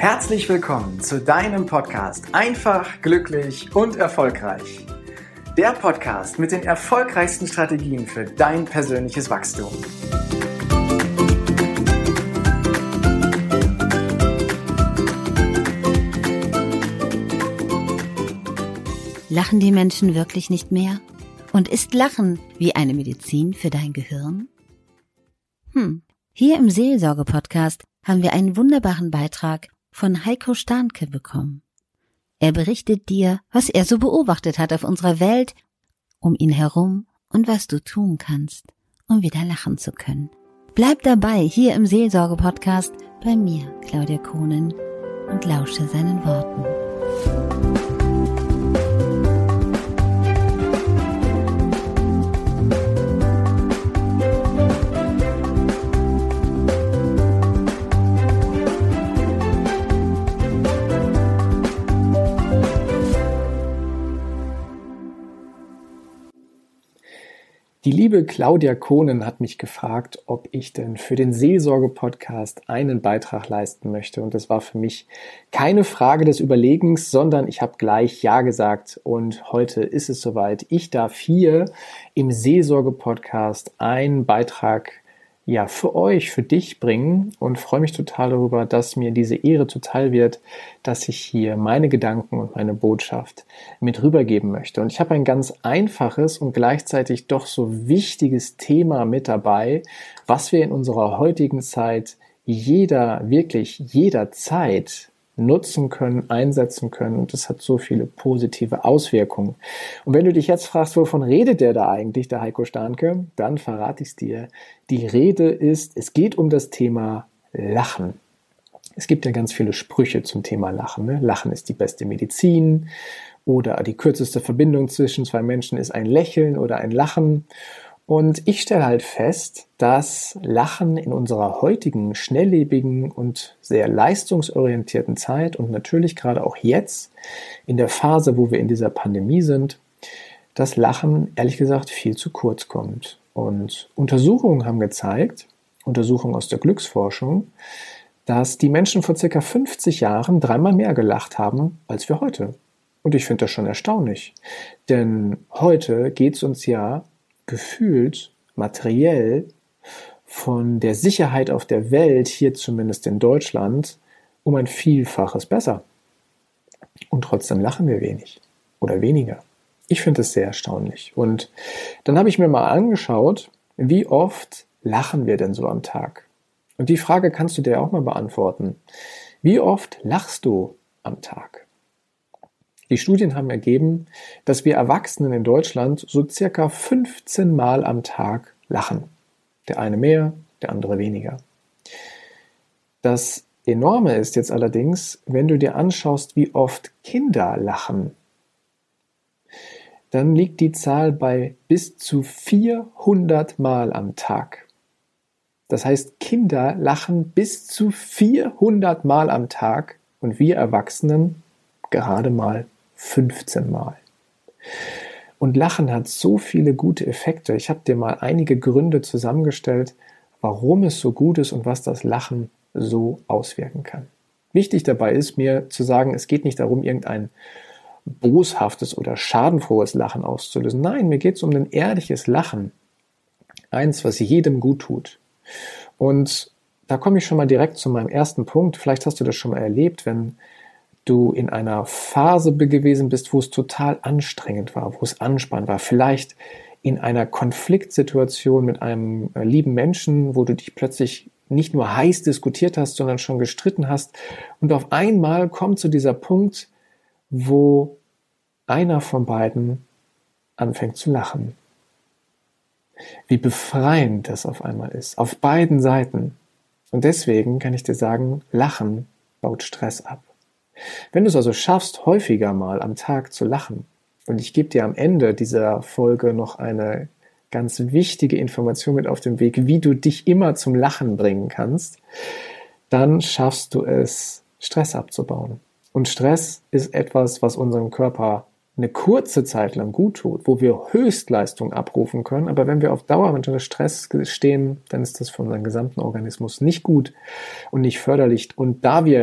Herzlich willkommen zu deinem Podcast Einfach, glücklich und erfolgreich. Der Podcast mit den erfolgreichsten Strategien für dein persönliches Wachstum. Lachen die Menschen wirklich nicht mehr? Und ist Lachen wie eine Medizin für dein Gehirn? Hier im Seelsorge-Podcast haben wir einen wunderbaren Beitrag von Heiko Starnke bekommen. Er berichtet dir, was er so beobachtet hat auf unserer Welt, um ihn herum und was du tun kannst, um wieder lachen zu können. Bleib dabei hier im Seelsorge-Podcast bei mir, Claudia Kohnen, und lausche seinen Worten. Die liebe Claudia Kohnen hat mich gefragt, ob ich denn für den Seelsorge-Podcast einen Beitrag leisten möchte. Und das war für mich keine Frage des Überlegens, sondern ich habe gleich Ja gesagt. Und heute ist es soweit. Ich darf hier im Seelsorge-Podcast einen Beitrag für euch, für dich bringen und freue mich total darüber, dass mir diese Ehre zuteil wird, dass ich hier meine Gedanken und meine Botschaft mit rübergeben möchte. Und ich habe ein ganz einfaches und gleichzeitig doch so wichtiges Thema mit dabei, was wir in unserer heutigen Zeit jederzeit nutzen können, einsetzen können, und das hat so viele positive Auswirkungen. Und wenn du dich jetzt fragst, wovon redet der da eigentlich, der Heiko Starnke, dann verrate ich es dir. Die Rede ist, es geht um das Thema Lachen. Es gibt ja ganz viele Sprüche zum Thema Lachen. Ne? Lachen ist die beste Medizin oder die kürzeste Verbindung zwischen zwei Menschen ist ein Lächeln oder ein Lachen. Und ich stelle halt fest, dass Lachen in unserer heutigen, schnelllebigen und sehr leistungsorientierten Zeit und natürlich gerade auch jetzt in der Phase, wo wir in dieser Pandemie sind, dass Lachen ehrlich gesagt viel zu kurz kommt. Und Untersuchungen haben gezeigt, Untersuchungen aus der Glücksforschung, dass die Menschen vor ca. 50 Jahren 3-mal mehr gelacht haben als wir heute. Und ich finde das schon erstaunlich, denn heute geht es uns ja gefühlt, materiell, von der Sicherheit auf der Welt, hier zumindest in Deutschland, um ein Vielfaches besser. Und trotzdem lachen wir wenig oder weniger. Ich finde es sehr erstaunlich. Und dann habe ich mir mal angeschaut, wie oft lachen wir denn so am Tag? Und die Frage kannst du dir auch mal beantworten. Wie oft lachst du am Tag? Die Studien haben ergeben, dass wir Erwachsenen in Deutschland so circa 15 Mal am Tag lachen. Der eine mehr, der andere weniger. Das Enorme ist jetzt allerdings, wenn du dir anschaust, wie oft Kinder lachen, dann liegt die Zahl bei bis zu 400 Mal am Tag. Das heißt, Kinder lachen bis zu 400 Mal am Tag und wir Erwachsenen gerade mal 15 Mal. Und Lachen hat so viele gute Effekte. Ich habe dir mal einige Gründe zusammengestellt, warum es so gut ist und was das Lachen so auswirken kann. Wichtig dabei ist mir zu sagen, es geht nicht darum, irgendein boshaftes oder schadenfrohes Lachen auszulösen. Nein, mir geht es um ein ehrliches Lachen. Eins, was jedem gut tut. Und da komme ich schon mal direkt zu meinem ersten Punkt. Vielleicht hast du das schon mal erlebt, wenn du in einer Phase gewesen bist, wo es total anstrengend war, wo es anspannend war, vielleicht in einer Konfliktsituation mit einem lieben Menschen, wo du dich plötzlich nicht nur heiß diskutiert hast, sondern schon gestritten hast, und auf einmal kommt zu dieser Punkt, wo einer von beiden anfängt zu lachen. Wie befreiend das auf einmal ist, auf beiden Seiten. Und deswegen kann ich dir sagen, Lachen baut Stress ab. Wenn du es also schaffst, häufiger mal am Tag zu lachen, und ich gebe dir am Ende dieser Folge noch eine ganz wichtige Information mit auf den Weg, wie du dich immer zum Lachen bringen kannst, dann schaffst du es, Stress abzubauen. Und Stress ist etwas, was unserem Körper eine kurze Zeit lang gut tut, wo wir Höchstleistung abrufen können, aber wenn wir auf Dauer unter Stress stehen, dann ist das für unseren gesamten Organismus nicht gut und nicht förderlich. Und da wir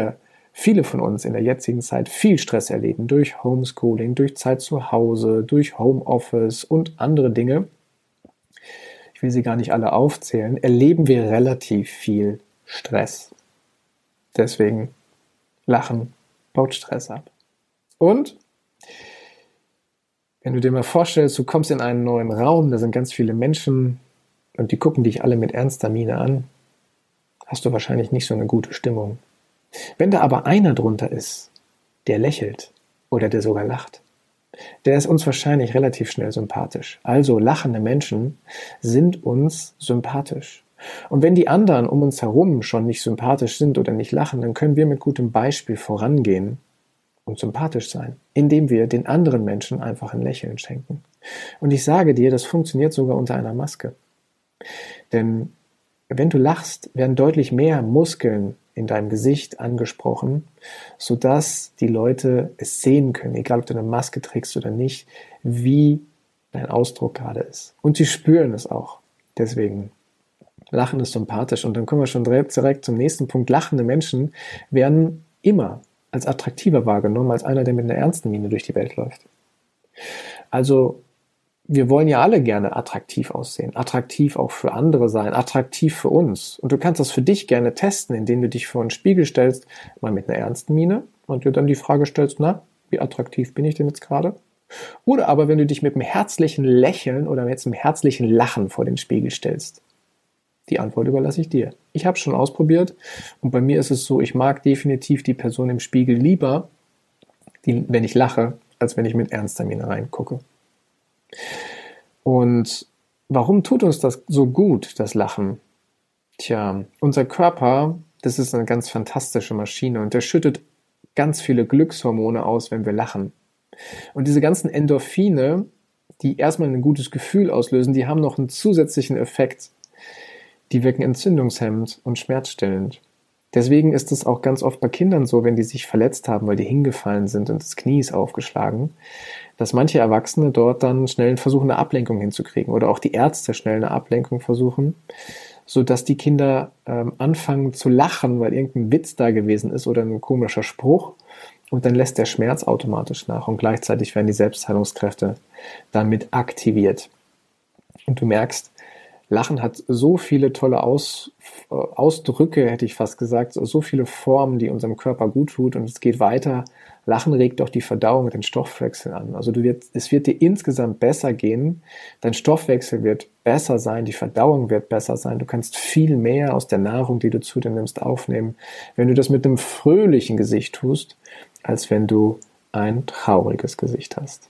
viele von uns in der jetzigen Zeit viel Stress erleben durch Homeschooling, durch Zeit zu Hause, durch Homeoffice und andere Dinge, ich will sie gar nicht alle aufzählen, erleben wir relativ viel Stress. Deswegen Lachen baut Stress ab. Und wenn du dir mal vorstellst, du kommst in einen neuen Raum, da sind ganz viele Menschen und die gucken dich alle mit ernster Miene an, hast du wahrscheinlich nicht so eine gute Stimmung. Wenn da aber einer drunter ist, der lächelt oder der sogar lacht, der ist uns wahrscheinlich relativ schnell sympathisch. Also lachende Menschen sind uns sympathisch. Und wenn die anderen um uns herum schon nicht sympathisch sind oder nicht lachen, dann können wir mit gutem Beispiel vorangehen und sympathisch sein, indem wir den anderen Menschen einfach ein Lächeln schenken. Und ich sage dir, das funktioniert sogar unter einer Maske. Denn wenn du lachst, werden deutlich mehr Muskeln in deinem Gesicht angesprochen, sodass die Leute es sehen können, egal ob du eine Maske trägst oder nicht, wie dein Ausdruck gerade ist. Und sie spüren es auch. Deswegen, Lachen ist sympathisch. Und dann kommen wir schon direkt zum nächsten Punkt. Lachende Menschen werden immer als attraktiver wahrgenommen als einer, der mit einer ernsten Miene durch die Welt läuft. Also wir wollen ja alle gerne attraktiv aussehen, attraktiv auch für andere sein, attraktiv für uns. Und du kannst das für dich gerne testen, indem du dich vor einen Spiegel stellst, mal mit einer ernsten Miene und dir dann die Frage stellst, na, wie attraktiv bin ich denn jetzt gerade? Oder aber, wenn du dich mit einem herzlichen Lächeln oder mit einem herzlichen Lachen vor den Spiegel stellst. Die Antwort überlasse ich dir. Ich habe es schon ausprobiert und bei mir ist es so, ich mag definitiv die Person im Spiegel lieber, wenn ich lache, als wenn ich mit ernster Miene reingucke. Und warum tut uns das so gut, das Lachen? Tja, unser Körper, das ist eine ganz fantastische Maschine und der schüttet ganz viele Glückshormone aus, wenn wir lachen. Und diese ganzen Endorphine, die erstmal ein gutes Gefühl auslösen, die haben noch einen zusätzlichen Effekt. Die wirken entzündungshemmend und schmerzstillend. Deswegen ist es auch ganz oft bei Kindern so, wenn die sich verletzt haben, weil die hingefallen sind und das Knie ist aufgeschlagen, dass manche Erwachsene dort dann schnell versuchen, eine Ablenkung hinzukriegen oder auch die Ärzte schnell eine Ablenkung versuchen, sodass die Kinder anfangen zu lachen, weil irgendein Witz da gewesen ist oder ein komischer Spruch und dann lässt der Schmerz automatisch nach und gleichzeitig werden die Selbstheilungskräfte damit aktiviert. Und du merkst, Lachen hat so viele tolle Ausdrücke, hätte ich fast gesagt, so viele Formen, die unserem Körper gut tut und es geht weiter. Lachen regt auch die Verdauung und den Stoffwechsel an. Also es wird dir insgesamt besser gehen, dein Stoffwechsel wird besser sein, die Verdauung wird besser sein, du kannst viel mehr aus der Nahrung, die du zu dir nimmst, aufnehmen, wenn du das mit einem fröhlichen Gesicht tust, als wenn du ein trauriges Gesicht hast.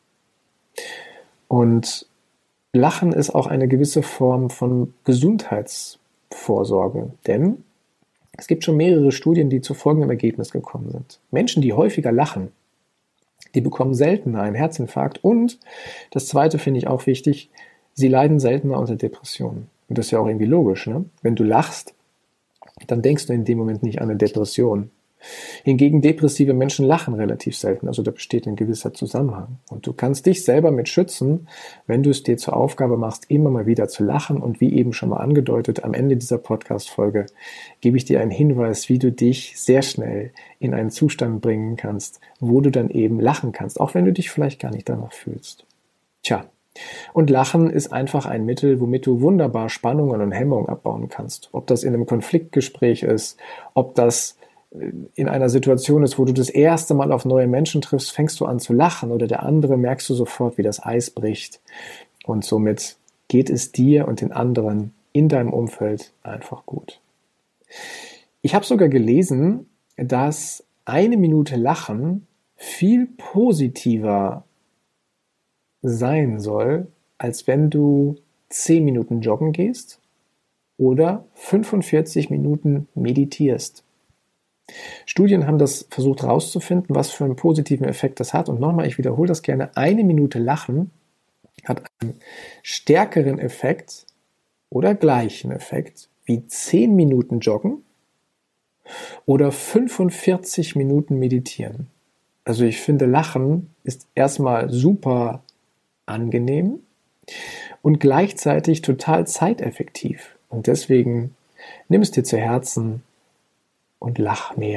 Und Lachen ist auch eine gewisse Form von Gesundheitsvorsorge, denn es gibt schon mehrere Studien, die zu folgendem Ergebnis gekommen sind. Menschen, die häufiger lachen, die bekommen seltener einen Herzinfarkt und, das zweite finde ich auch wichtig, sie leiden seltener unter Depressionen. Und das ist ja auch irgendwie logisch, ne? Wenn du lachst, dann denkst du in dem Moment nicht an eine Depression. Hingegen depressive Menschen lachen relativ selten, also da besteht ein gewisser Zusammenhang. Und du kannst dich selber mit schützen, wenn du es dir zur Aufgabe machst, immer mal wieder zu lachen. Und wie eben schon mal angedeutet, am Ende dieser Podcast-Folge gebe ich dir einen Hinweis, wie du dich sehr schnell in einen Zustand bringen kannst, wo du dann eben lachen kannst, auch wenn du dich vielleicht gar nicht danach fühlst. Tja, und Lachen ist einfach ein Mittel, womit du wunderbar Spannungen und Hemmungen abbauen kannst. Ob das in einem Konfliktgespräch ist, ob das in einer Situation ist, wo du das erste Mal auf neue Menschen triffst, fängst du an zu lachen oder der andere merkst du sofort, wie das Eis bricht. Und somit geht es dir und den anderen in deinem Umfeld einfach gut. Ich habe sogar gelesen, dass 1 Minute Lachen viel positiver sein soll, als wenn du 10 Minuten joggen gehst oder 45 Minuten meditierst. Studien haben das versucht herauszufinden, was für einen positiven Effekt das hat. Und nochmal, ich wiederhole das gerne, 1 Minute Lachen hat einen stärkeren Effekt oder gleichen Effekt wie 10 Minuten Joggen oder 45 Minuten Meditieren. Also ich finde, Lachen ist erstmal super angenehm und gleichzeitig total zeiteffektiv. Und deswegen nimm es dir zu Herzen und lach mehr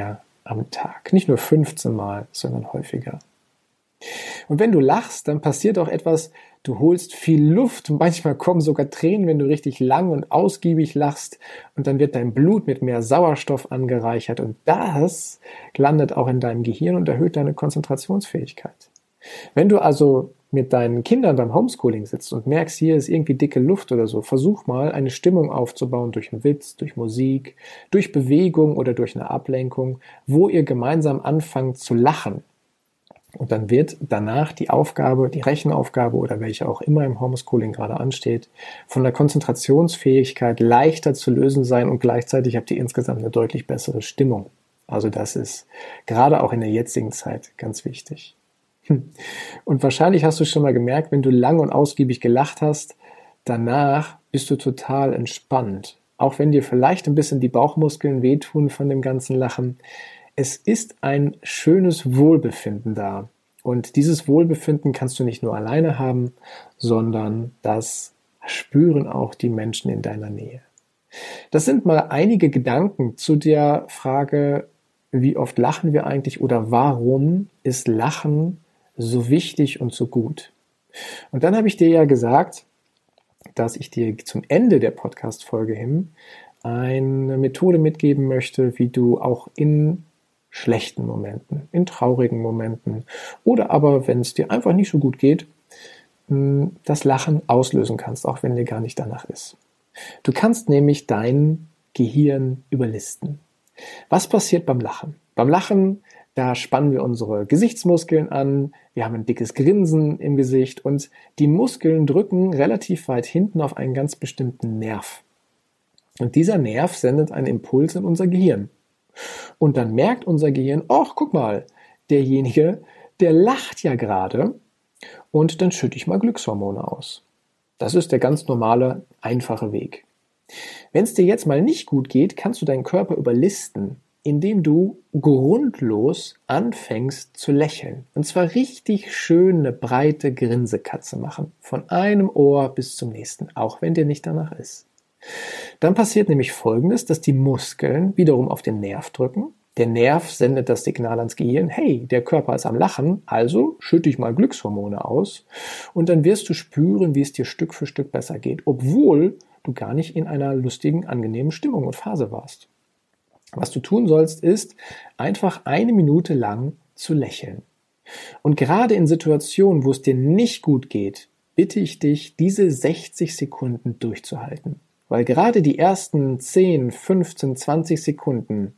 am Tag. Nicht nur 15 Mal, sondern häufiger. Und wenn du lachst, dann passiert auch etwas, du holst viel Luft, manchmal kommen sogar Tränen, wenn du richtig lang und ausgiebig lachst und dann wird dein Blut mit mehr Sauerstoff angereichert und das landet auch in deinem Gehirn und erhöht deine Konzentrationsfähigkeit. Wenn du also mit deinen Kindern beim Homeschooling sitzt und merkst, hier ist irgendwie dicke Luft oder so, versuch mal eine Stimmung aufzubauen durch einen Witz, durch Musik, durch Bewegung oder durch eine Ablenkung, wo ihr gemeinsam anfangt zu lachen. Und dann wird danach die Aufgabe, die Rechenaufgabe oder welche auch immer im Homeschooling gerade ansteht, von der Konzentrationsfähigkeit leichter zu lösen sein und gleichzeitig habt ihr insgesamt eine deutlich bessere Stimmung. Also das ist gerade auch in der jetzigen Zeit ganz wichtig. Und wahrscheinlich hast du schon mal gemerkt, wenn du lang und ausgiebig gelacht hast, danach bist du total entspannt. Auch wenn dir vielleicht ein bisschen die Bauchmuskeln wehtun von dem ganzen Lachen. Es ist ein schönes Wohlbefinden da. Und dieses Wohlbefinden kannst du nicht nur alleine haben, sondern das spüren auch die Menschen in deiner Nähe. Das sind mal einige Gedanken zu der Frage, wie oft lachen wir eigentlich oder warum ist Lachen so wichtig und so gut? Und dann habe ich dir ja gesagt, dass ich dir zum Ende der Podcast-Folge hin eine Methode mitgeben möchte, wie du auch in schlechten Momenten, in traurigen Momenten oder aber, wenn es dir einfach nicht so gut geht, das Lachen auslösen kannst, auch wenn dir gar nicht danach ist. Du kannst nämlich dein Gehirn überlisten. Was passiert beim Lachen? Beim Lachen, da spannen wir unsere Gesichtsmuskeln an, wir haben ein dickes Grinsen im Gesicht und die Muskeln drücken relativ weit hinten auf einen ganz bestimmten Nerv. Und dieser Nerv sendet einen Impuls in unser Gehirn. Und dann merkt unser Gehirn, ach, guck mal, derjenige, der lacht ja gerade und dann schütte ich mal Glückshormone aus. Das ist der ganz normale, einfache Weg. Wenn es dir jetzt mal nicht gut geht, kannst du deinen Körper überlisten, indem du grundlos anfängst zu lächeln. Und zwar richtig schön eine breite Grinsekatze machen. Von einem Ohr bis zum nächsten, auch wenn dir nicht danach ist. Dann passiert nämlich Folgendes, dass die Muskeln wiederum auf den Nerv drücken. Der Nerv sendet das Signal ans Gehirn, hey, der Körper ist am Lachen, also schütte ich mal Glückshormone aus. Und dann wirst du spüren, wie es dir Stück für Stück besser geht, obwohl du gar nicht in einer lustigen, angenehmen Stimmung und Phase warst. Was du tun sollst, ist einfach 1 Minute lang zu lächeln. Und gerade in Situationen, wo es dir nicht gut geht, bitte ich dich, diese 60 Sekunden durchzuhalten. Weil gerade die ersten 10, 15, 20 Sekunden,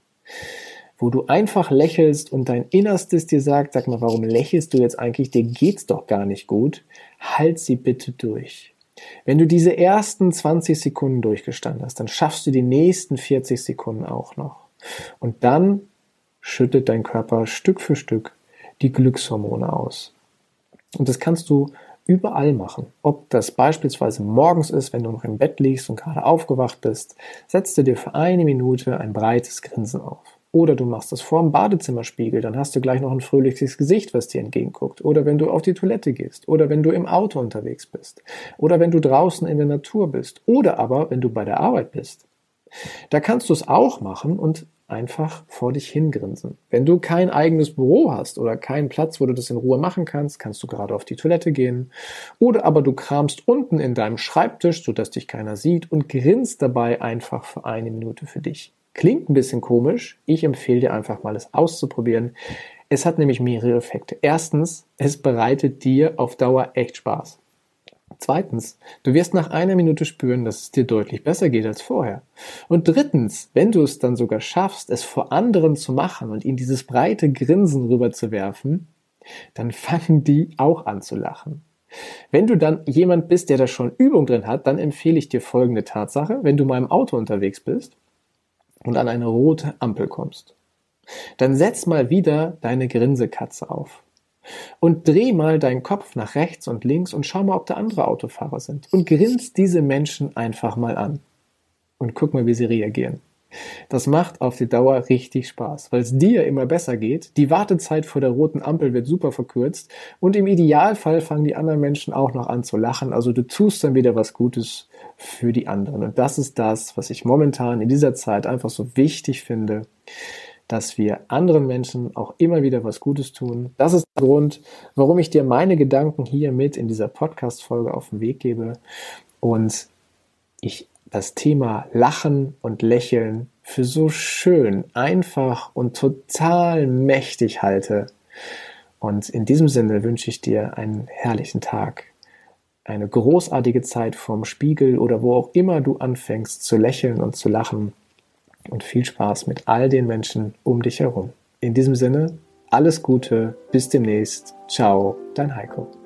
wo du einfach lächelst und dein Innerstes dir sagt, sag mal, warum lächelst du jetzt eigentlich? Dir geht's doch gar nicht gut. Halt sie bitte durch. Wenn du diese ersten 20 Sekunden durchgestanden hast, dann schaffst du die nächsten 40 Sekunden auch noch. Und dann schüttet dein Körper Stück für Stück die Glückshormone aus. Und das kannst du überall machen. Ob das beispielsweise morgens ist, wenn du noch im Bett liegst und gerade aufgewacht bist, setzt du dir für 1 Minute ein breites Grinsen auf. Oder du machst das vor dem Badezimmerspiegel, dann hast du gleich noch ein fröhliches Gesicht, was dir entgegenguckt. Oder wenn du auf die Toilette gehst. Oder wenn du im Auto unterwegs bist. Oder wenn du draußen in der Natur bist. Oder aber, wenn du bei der Arbeit bist. Da kannst du es auch machen und einfach vor dich hingrinsen. Wenn du kein eigenes Büro hast oder keinen Platz, wo du das in Ruhe machen kannst, kannst du gerade auf die Toilette gehen. Oder aber du kramst unten in deinem Schreibtisch, sodass dich keiner sieht und grinst dabei einfach für 1 Minute für dich. Klingt ein bisschen komisch. Ich empfehle dir einfach mal, es auszuprobieren. Es hat nämlich mehrere Effekte. Erstens, es bereitet dir auf Dauer echt Spaß. Zweitens, du wirst nach 1 Minute spüren, dass es dir deutlich besser geht als vorher. Und drittens, wenn du es dann sogar schaffst, es vor anderen zu machen und ihnen dieses breite Grinsen rüberzuwerfen, dann fangen die auch an zu lachen. Wenn du dann jemand bist, der da schon Übung drin hat, dann empfehle ich dir folgende Tatsache. Wenn du mal im Auto unterwegs bist und an eine rote Ampel kommst, dann setz mal wieder deine Grinsekatze auf. Und dreh mal deinen Kopf nach rechts und links und schau mal, ob da andere Autofahrer sind. Und grinst diese Menschen einfach mal an. Und guck mal, wie sie reagieren. Das macht auf die Dauer richtig Spaß, weil es dir immer besser geht. Die Wartezeit vor der roten Ampel wird super verkürzt. Und im Idealfall fangen die anderen Menschen auch noch an zu lachen. Also du tust dann wieder was Gutes für die anderen. Und das ist das, was ich momentan in dieser Zeit einfach so wichtig finde. dass wir anderen Menschen auch immer wieder was Gutes tun. Das ist der Grund, warum ich dir meine Gedanken hier mit in dieser Podcast-Folge auf den Weg gebe und ich das Thema Lachen und Lächeln für so schön, einfach und total mächtig halte. Und in diesem Sinne wünsche ich dir einen herrlichen Tag, eine großartige Zeit vorm Spiegel oder wo auch immer du anfängst zu lächeln und zu lachen und viel Spaß mit all den Menschen um dich herum. In diesem Sinne, alles Gute, bis demnächst. Ciao, dein Heiko.